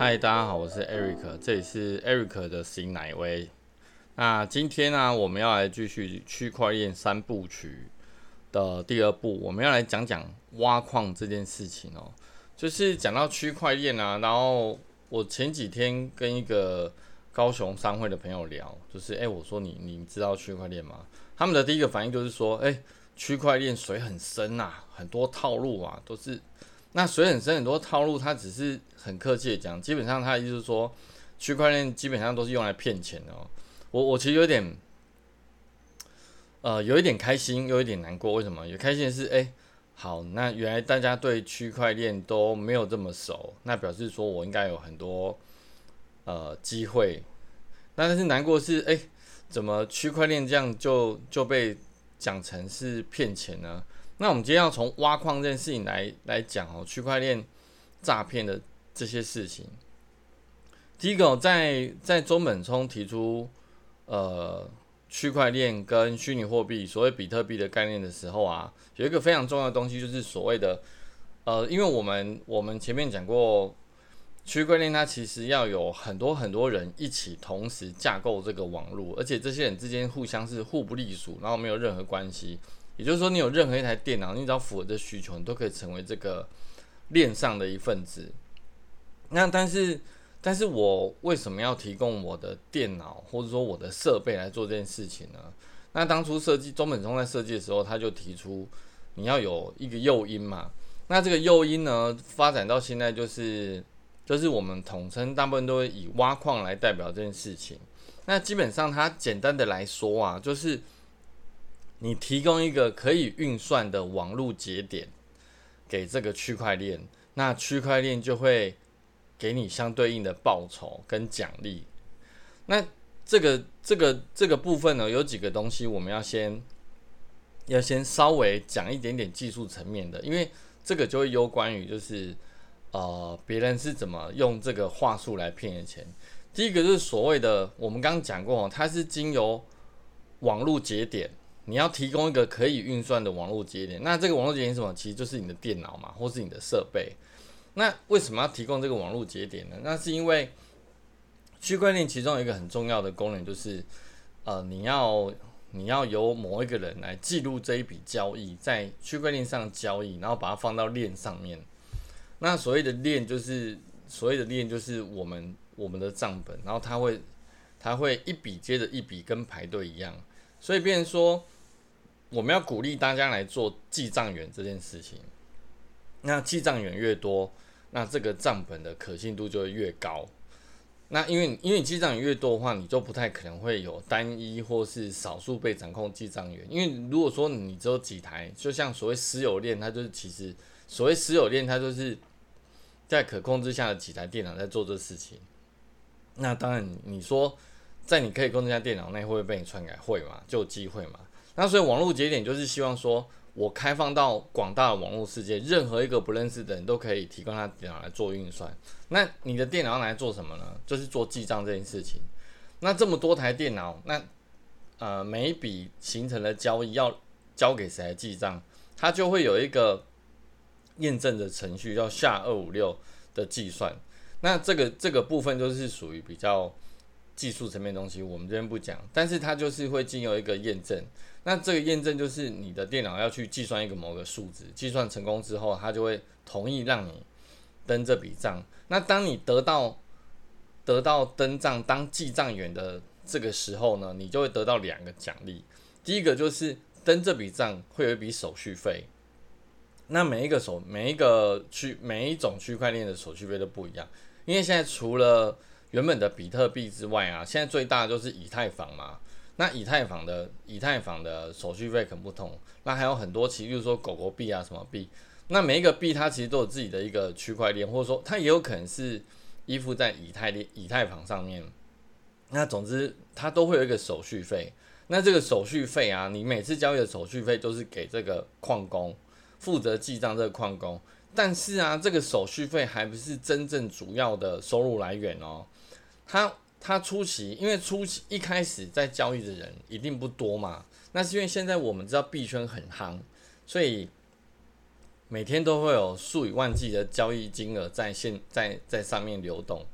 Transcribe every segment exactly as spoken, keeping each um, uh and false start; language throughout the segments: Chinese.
嗨，大家好，我是 Eric，这里是 Eric 的新奶威。那今天呢、啊，我们要来继续区块链三部曲的第二部，我们要来讲讲挖矿这件事情哦。就是讲到区块链啊，然后我前几天跟一个高雄商会的朋友聊，就是哎、欸，我说你你知道区块链吗？他们的第一个反应就是说，哎、欸，区块链水很深啊，很多套路啊，都是。那水很深，很多套路，它只是很客气的讲，基本上它的意思是说，区块链基本上都是用来骗钱的哦。我我其实有点，呃，有一点开心，有一点难过。为什么？有开心的是，哎、欸，好，那原来大家对区块链都没有这么熟，那表示说我应该有很多呃机会。那但是难过的是，哎、欸，怎么区块链这样就就被讲成是骗钱呢？那我们今天要从挖矿这件事情来来讲哦，区块链诈骗的这些事情。第一个、哦，在在中本聪提出呃区块链跟虚拟货币，所谓比特币的概念的时候啊，有一个非常重要的东西，就是所谓的呃，因为我们我们前面讲过，区块链它其实要有很多很多人一起同时架构这个网络，而且这些人之间互相是互不隶属，然后没有任何关系。也就是说，你有任何一台电脑，你只要符合这需求，你都可以成为这个链上的一份子。那但是，但是我为什么要提供我的电脑或者说我的设备来做这件事情呢？那当初设计中本聪在设计的时候，他就提出你要有一个诱因嘛。那这个诱因呢，发展到现在就是就是我们统称大部分都会以挖矿来代表这件事情。那基本上它简单的来说啊，就是你提供一个可以运算的网络节点给这个区块链，那区块链就会给你相对应的报酬跟奖励。那这个这个这个部分呢，有几个东西我们要先要先稍微讲一点点技术层面的，因为这个就会攸关于就是呃别人是怎么用这个话术来骗人钱。第一个就是所谓的我们刚刚讲过，它是经由网络节点。你要提供一个可以运算的网络节点，那这个网络节点是什么？其实就是你的电脑嘛，或是你的设备。那为什么要提供这个网络节点呢？那是因为区块链其中有一个很重要的功能，就是呃，你要你要由某一个人来记录这一笔交易，在区块链上交易，然后把它放到链上面。那所谓的链就是所谓的链就是我们我们的账本，然后它会它会一笔接着一笔，跟排队一样，所以变成说。我们要鼓励大家来做记账员这件事情。那记账员越多，那这个账本的可信度就会越高。那因为因为你记账员越多的话，你就不太可能会有单一或是少数被掌控记账员。因为如果说你只有几台，就像所谓私有链，它就是其实所谓私有链，它就是在可控制下的几台电脑在做这事情。那当然，你说在你可以控制下电脑内会不会被你篡改？会嘛，就有机会嘛。那所以网络节点就是希望说，我开放到广大的网络世界，任何一个不认识的人都可以提供他电脑来做运算。那你的电脑要拿来做什么呢？就是做记账这件事情。那这么多台电脑，那呃每一笔形成的交易要交给谁来记账？它就会有一个验证的程序，叫下二五六的计算。那这个这个部分就是属于比较技术层面的东西，我们这边不讲，但是它就是会经由一个验证。那这个验证就是你的电脑要去计算一个某个数值，计算成功之后，它就会同意让你登这笔账。那当你得到得到登账当记账员的这个时候呢，你就会得到两个奖励。第一个就是登这笔账会有一笔手续费。那每一个手每一个区每一种区块链的手续费都不一样，因为现在除了原本的比特币之外啊，现在最大的就是以太坊嘛。那以太坊的以太坊的手续费很不同，那还有很多其实就是说狗狗币啊什么币，那每一个币它其实都有自己的一个区块链，或者说它也有可能是依附在以太链以太坊上面。那总之它都会有一个手续费。那这个手续费啊，你每次交易的手续费都是给这个矿工负责记账这个矿工，但是啊，这个手续费还不是真正主要的收入来源哦，它。它初期，因为初期一开始在交易的人一定不多嘛，那是因为现在我们知道币圈很夯，所以每天都会有数以万计的交易金额在线在在上面流动。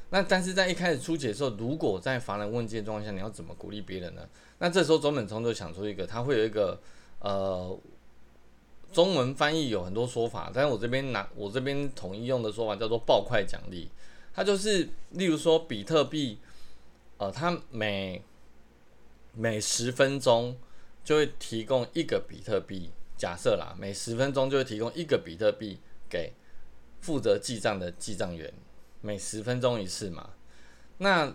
那但是在一开始初期的时候，如果在乏人问津的状况下，你要怎么鼓励别人呢？那这时候中本聪就想出一个，他会有一个呃中文翻译有很多说法，但是我这边拿我这边统一用的说法叫做爆快奖励。它就是例如说比特币，呃，它每每十分钟就会提供一个比特币，假设啦，每十分钟就会提供一个比特币给负责记账的记账员，每十分钟一次嘛。那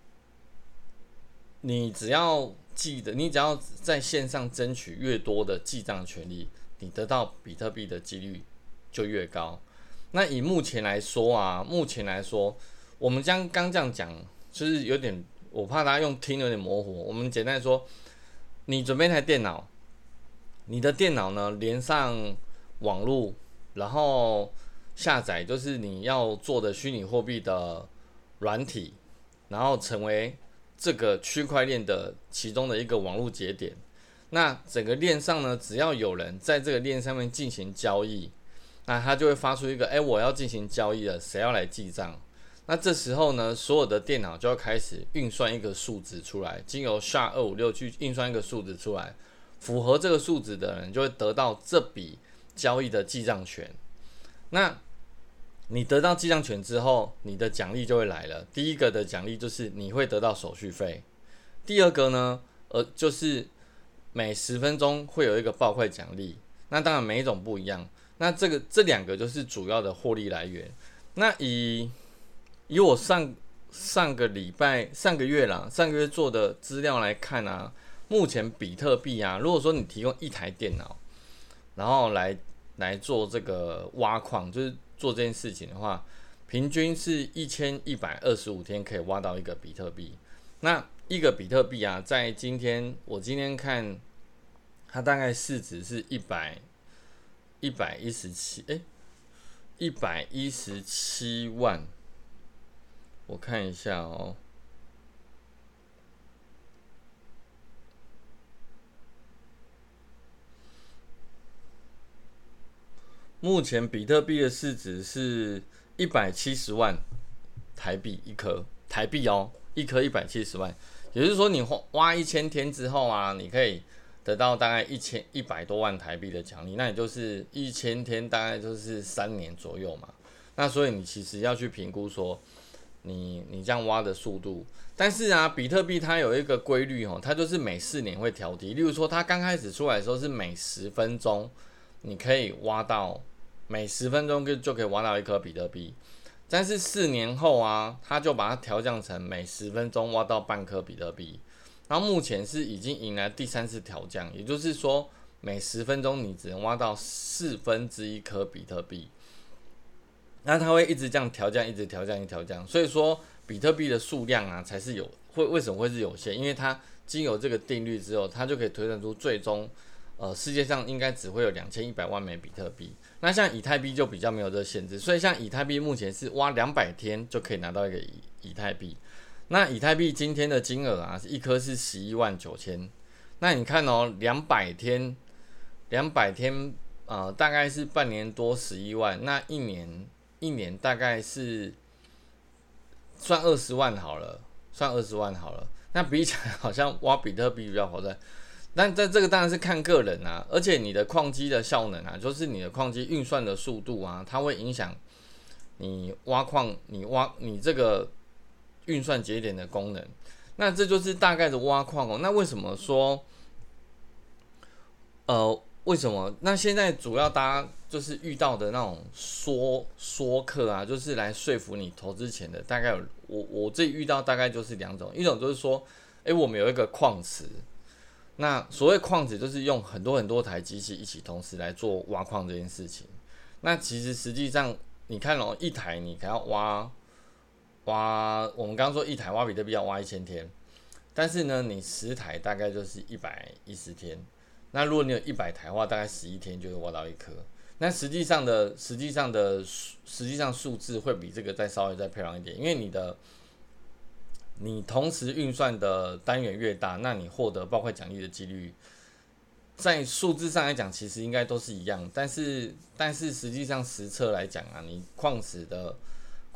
你只要记得，你只要在线上争取越多的记账权利，你得到比特币的几率就越高。那以目前来说啊，目前来说，我们将刚这样讲，就是有点，我怕大家用听有点模糊。我们简单说，你准备一台电脑，你的电脑呢连上网络，然后下载就是你要做的虚拟货币的软体，然后成为这个区块链的其中的一个网络节点。那整个链上呢，只要有人在这个链上面进行交易，那它就会发出一个，哎、欸，我要进行交易了，谁要来记账？那这时候呢，所有的电脑就要开始运算一个数值出来，经由 S H A 二五六去运算一个数值出来，符合这个数值的人就会得到这笔交易的记账权。那你得到记账权之后，你的奖励就会来了。第一个的奖励就是你会得到手续费，第二个呢，呃，就是每十分钟会有一个爆快奖励。那当然每一种不一样。那这个这两个就是主要的获利来源。那以以我上上个礼拜、上个月啦，上个月做的资料来看啊，目前比特币啊，如果说你提供一台电脑，然后来来做这个挖矿，就是做这件事情的话，平均是一千一百二十五天可以挖到一个比特币。那一个比特币啊，在今天我今天看，它大概市值是一百。一百一十七，哎，一百一十七万，我看一下哦。目前比特币的市值是一百七十万台币一颗，台币哦，一颗一百七十万，也就是说你挖一千天之后啊，你可以得到大概一千一百多万台币的奖励，那也就是一千天，大概就是三年左右嘛。那所以你其实要去评估说你，你你这样挖的速度。但是啊，比特币它有一个规律哦，它就是每四年会调低。例如说，它刚开始出来的时候是每十分钟你可以挖到，每十分钟就可以挖到一颗比特币。但是四年后啊，它就把它调降成每十分钟挖到半颗比特币。然后目前是已经迎来第三次调降，也就是说每十分钟你只能挖到四分之一颗比特币。那它会一直这样调降，一直调降，一直调降。所以说比特币的数量啊才是有会为什么会是有限？因为它经由这个定律之后，它就可以推算出最终呃世界上应该只会有两千一百万枚比特币。那像以太币就比较没有这个限制，所以像以太币目前是挖两百天就可以拿到一个以以太币。那以太币今天的金额啊，一颗是十一万九千。那你看哦，两百天，两百天，呃，大概是半年多十一万。那一年，一年大概是算二十万好了，算二十万好了。那比起来好像挖比特币比较划算，但在这个当然是看个人啊，而且你的矿机的效能啊，就是你的矿机运算的速度啊，它会影响你挖矿，你挖你这个。运算节点的功能，那这就是大概的挖矿哦。那为什么说，呃，为什么？那现在主要大家就是遇到的那种说说客啊，就是来说服你投资钱的，大概有我我自己遇到大概就是两种，一种就是说，哎、欸，我们有一个矿池，那所谓矿池就是用很多很多台机器一起同时来做挖矿这件事情。那其实实际上你看哦，一台你还要挖。挖，我们刚刚说一台挖比特币要挖一千天，但是呢，你十台大概就是一百一十天。那如果你有一百台的话，大概十一天就会挖到一颗。那实际上的实际上的实际上数字会比这个再稍微再漂亮一点，因为你的你同时运算的单元越大，那你获得爆快奖励的几率，在数字上来讲其实应该都是一样，但是但是实际上实测来讲啊，你矿池的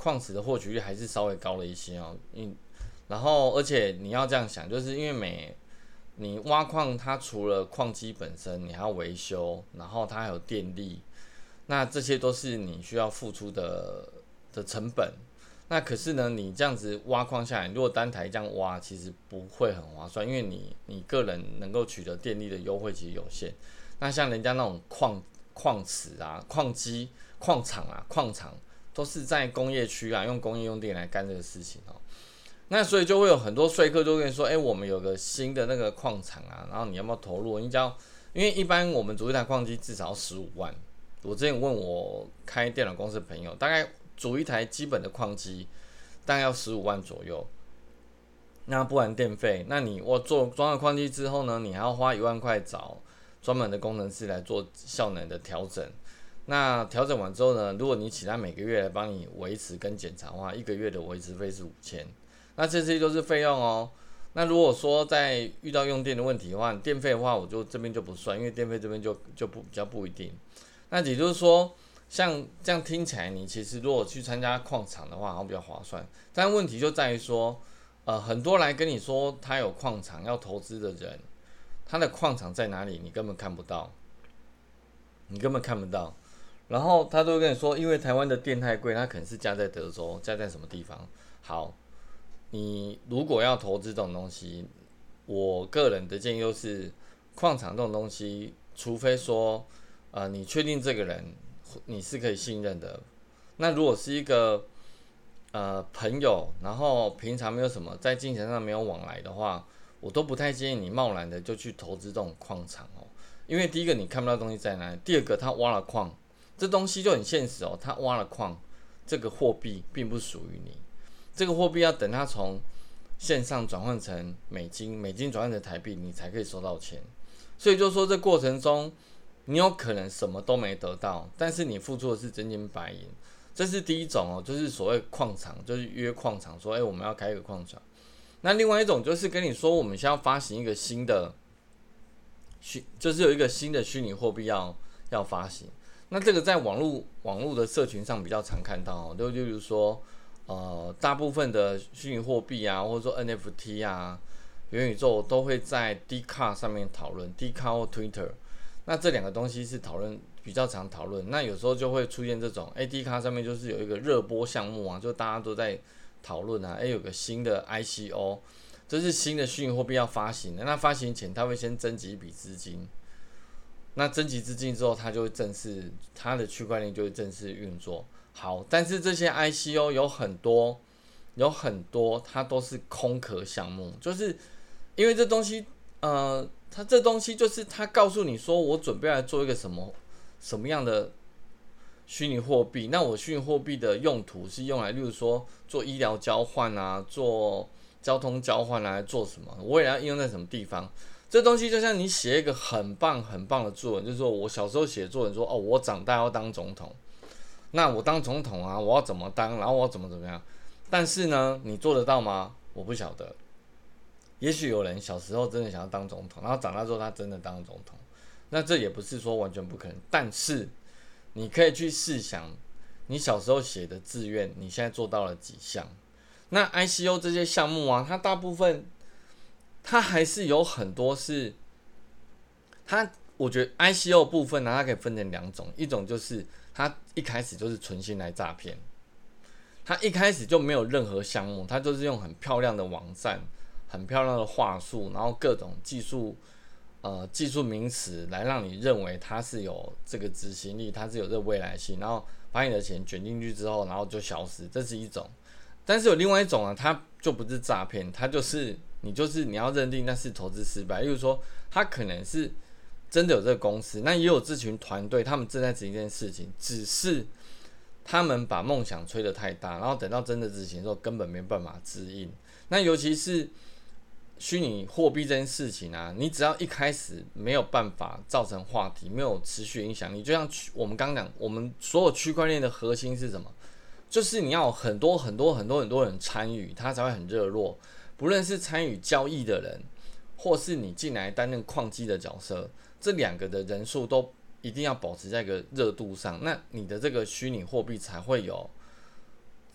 矿石的获取率还是稍微高了一些哦。嗯，然后而且你要这样想，就是因为每你挖矿，它除了矿机本身，你还要维修，然后它还有电力，那这些都是你需要付出的的成本。那可是呢，你这样子挖矿下来，如果单台这样挖，其实不会很划算，因为你你个人能够取得电力的优惠其实有限。那像人家那种矿矿池啊、矿机、矿场啊、矿场，都是在工业区啊，用工业用电来干这个事情哦。那所以就会有很多说客就跟你说，哎、欸，我们有个新的那个矿场啊，然后你要不要投入？你只要，因为一般我们组一台矿机至少要十五万。我之前问我开电脑公司的朋友，大概组一台基本的矿机，大概要十五万左右。那不含电费，那你我做装了矿机之后呢，你还要花一万块找专门的工程师来做效能的调整。那调整完之后呢，如果你请他每个月来帮你维持跟检查的话，一个月的维持费是五千。那这些都是费用哦。那如果说在遇到用电的问题的话，电费的话，我就这边就不算，因为电费这边就就不比较不一定。那也就是说，像这样听起来，你其实如果去参加矿场的话，好像比较划算。但问题就在于说，呃，很多来跟你说他有矿场要投资的人，他的矿场在哪里，你根本看不到，你根本看不到。然后他都会跟你说，因为台湾的电太贵，他可能是加在德州，加在什么地方。好，你如果要投资这种东西，我个人的建议就是，矿场这种东西，除非说，呃，你确定这个人你是可以信任的。那如果是一个呃朋友，然后平常没有什么在金钱上没有往来的话，我都不太建议你贸然的就去投资这种矿场哦。因为第一个你看不到东西在哪里，第二个他挖了矿。这东西就很现实哦，他挖了矿，这个货币并不属于你，这个货币要等它从线上转换成美金，美金转换成台币，你才可以收到钱。所以就说这过程中，你有可能什么都没得到，但是你付出的是真金白银。这是第一种哦，就是所谓矿场，就是约矿场说，哎、欸，我们要开一个矿场。那另外一种就是跟你说，我们现在要发行一个新的虚，就是有一个新的虚拟货币要要发行。那这个在网络网络的社群上比较常看到哦，就例如说，呃，大部分的虚拟货币啊，或者说 N F T 啊，元宇宙都会在 Dcard 上面讨论 ，Dcard 或 Twitter。那这两个东西是讨论比较常讨论。那有时候就会出现这种，哎 ，Dcard 上面就是有一个热播项目啊，就大家都在讨论啊，哎，有个新的 I C O， 这是新的虚拟货币要发行的。那发行前，他会先征集一笔资金。那征集资金之后，它就会正式，它的区块链就会正式运作。好，但是这些 I C O 有很多，有很多它都是空壳项目，就是因为这东西，呃，它这东西就是它告诉你说，我准备来做一个什么什么样的虚拟货币。那我虚拟货币的用途是用来，例如说做医疗交换啊，做交通交换啊，来做什么？我也要应用在什么地方？这东西就像你写一个很棒很棒的作文，就是说我小时候写作文说，哦，我长大要当总统，那我当总统啊，我要怎么当，然后我要怎么怎么样。但是呢，你做得到吗？我不晓得。也许有人小时候真的想要当总统，然后长大之后他真的当总统，那这也不是说完全不可能。但是你可以去试想，你小时候写的志愿，你现在做到了几项？那 I C O 这些项目啊，它大部分。它还是有很多是，它我觉得 I C O 部分呢，它可以分成两种，一种就是它一开始就是存心来诈骗，它一开始就没有任何项目，它就是用很漂亮的网站、很漂亮的话术，然后各种技术呃技术名词来让你认为它是有这个执行力，它是有这个未来性，然后把你的钱卷进去之后，然后就消失，这是一种。但是有另外一种啊，它就不是诈骗，它就是你就是你要认定那是投资失败。例如说，它可能是真的有这个公司，那也有这群团队，他们正在执行这件事情，只是他们把梦想吹得太大，然后等到真的执行的时候，根本没办法支应。那尤其是虚拟货币这件事情啊，你只要一开始没有办法造成话题，没有持续影响力，就像我们刚刚讲，我们所有区块链的核心是什么？就是你要有很多很多很多很多人参与，它才会很热络。不论是参与交易的人，或是你进来担任矿机的角色，这两个的人数都一定要保持在一个热度上，那你的这个虚拟货币才会有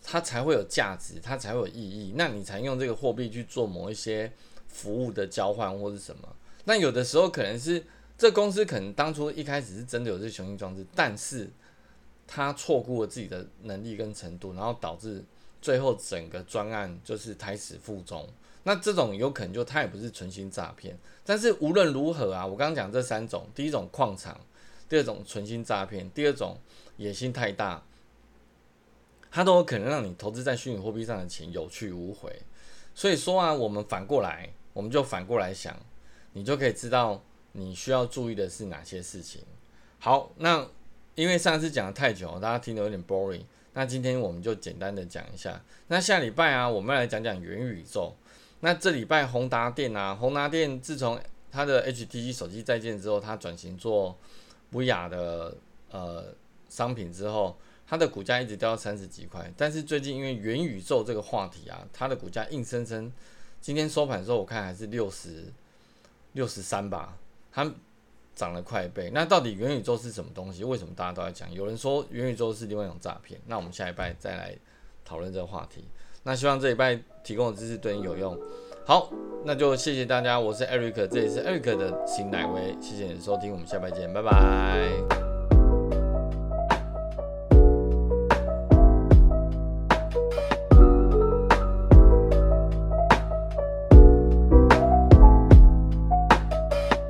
它才会有价值，它才会有意义，那你才用这个货币去做某一些服务的交换或是什么。那有的时候可能是这公司可能当初一开始是真的有这雄心壮志，但是他错估了自己的能力跟程度，然后导致最后整个专案就是胎死腹中。那这种有可能就他也不是存心诈骗，但是无论如何啊，我刚刚讲这三种，第一种矿场，第二种存心诈骗，第二种野心太大，它都有可能让你投资在虚拟货币上的钱有去无回。所以说啊，我们反过来，我们就反过来想，你就可以知道你需要注意的是哪些事情。好，那因为上次讲的太久，大家听得有点 boring， 那今天我们就简单的讲一下。那下礼拜啊，我们来讲讲元宇宙。那这礼拜宏达电啊，宏达电自从它的 H T C 手机再见之后，它转型做 V R 的呃商品之后，它的股价一直掉到三十几块。但是最近因为元宇宙这个话题啊，它的股价硬生生今天收盘的时候，我看还是六十六十三吧，它涨了快一倍。那到底元宇宙是什么东西？为什么大家都在讲？有人说元宇宙是另外一种诈骗。那我们下礼拜再来讨论这个话题。那希望这礼拜提供的知识对你有用。好，那就谢谢大家，我是 Eric， 这里是 Eric 的新奶威，谢谢你的收听，我们下拜见，拜拜。